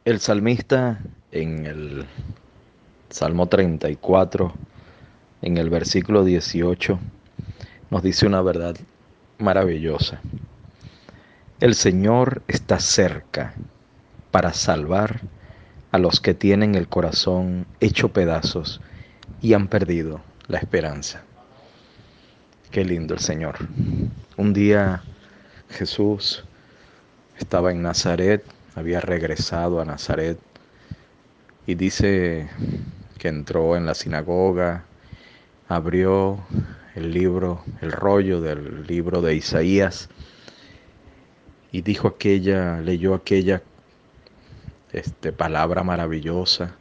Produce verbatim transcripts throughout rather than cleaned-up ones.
El salmista en el Salmo treinta y cuatro, en el versículo dieciocho, nos dice una verdad maravillosa. El Señor está cerca para salvar a los que tienen el corazón hecho pedazos y han perdido la esperanza. Qué lindo el Señor. Un día Jesús estaba en Nazaret, había regresado a Nazaret y dice que entró en la sinagoga, abrió el libro, el rollo del libro de Isaías y dijo aquella, leyó aquella este, palabra maravillosa: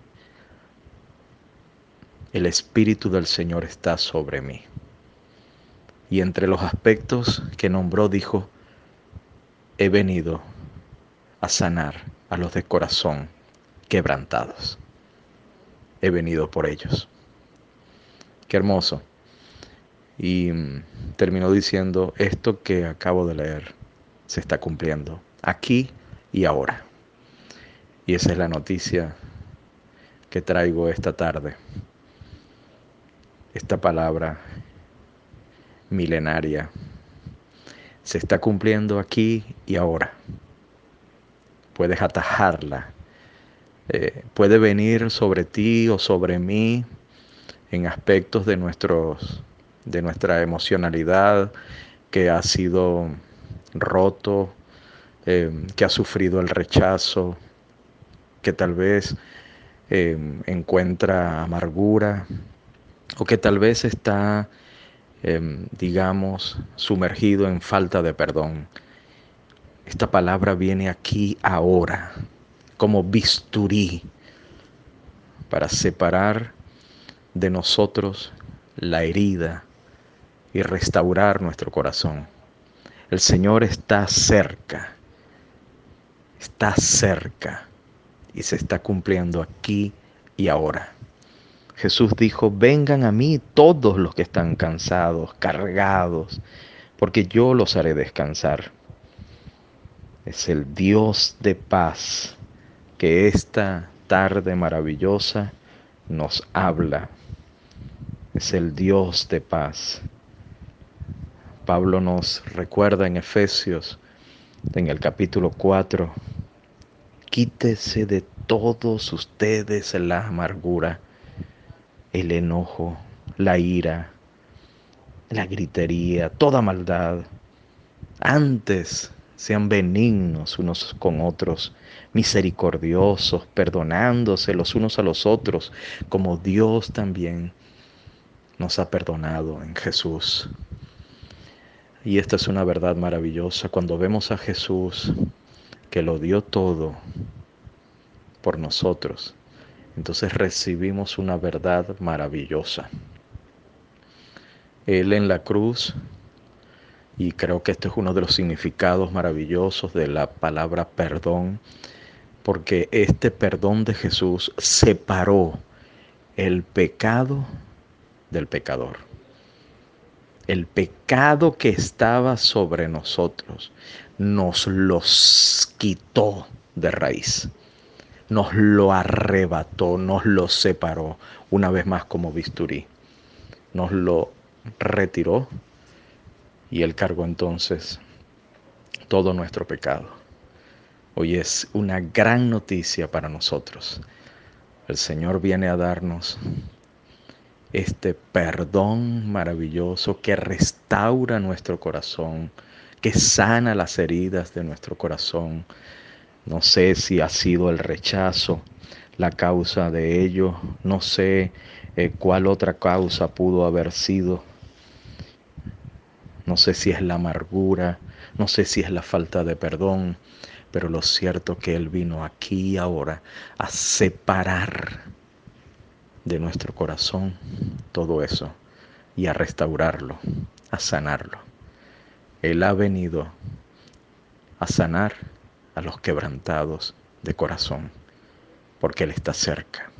el Espíritu del Señor está sobre mí. Y entre los aspectos que nombró dijo: he venido a sanar a los de corazón quebrantados. He venido por ellos. Qué hermoso. Y mm, terminó diciendo: esto que acabo de leer se está cumpliendo aquí y ahora. Y esa es la noticia que traigo esta tarde. Esta palabra milenaria se está cumpliendo aquí y ahora. Puedes atajarla. Eh, puede venir sobre ti o sobre mí en aspectos de, nuestros, de nuestra emocionalidad que ha sido roto, eh, que ha sufrido el rechazo, que tal vez eh, encuentra amargura o que tal vez está, eh, digamos, sumergido en falta de perdón. Esta palabra viene aquí ahora como bisturí para separar de nosotros la herida y restaurar nuestro corazón. El Señor está cerca, está cerca y se está cumpliendo aquí y ahora. Jesús dijo: vengan a mí todos los que están cansados, cargados, porque yo los haré descansar. Es el Dios de paz que esta tarde maravillosa nos habla. Es el Dios de paz. Pablo nos recuerda en Efesios, en el capítulo cuatro: quítese de todos ustedes la amargura, el enojo, la ira, la gritería, toda maldad. Antes sean benignos unos con otros, misericordiosos, perdonándose los unos a los otros, como Dios también nos ha perdonado en Jesús. Y esta es una verdad maravillosa cuando vemos a Jesús, que lo dio todo por nosotros. Entonces recibimos una verdad maravillosa. Él en la cruz, y creo que este es uno de los significados maravillosos de la palabra perdón, porque este perdón de Jesús separó el pecado del pecador. El pecado que estaba sobre nosotros nos los quitó de raíz, nos lo arrebató, nos lo separó, una vez más como bisturí, nos lo retiró y Él cargó entonces todo nuestro pecado. Hoy es una gran noticia para nosotros. El Señor viene a darnos este perdón maravilloso que restaura nuestro corazón, que sana las heridas de nuestro corazón. No sé si ha sido el rechazo la causa de ello, no sé eh, cuál otra causa pudo haber sido, no sé si es la amargura, no sé si es la falta de perdón, pero lo cierto es que Él vino aquí y ahora a separar de nuestro corazón todo eso y a restaurarlo, a sanarlo. Él ha venido a sanar a los quebrantados de corazón, porque Él está cerca.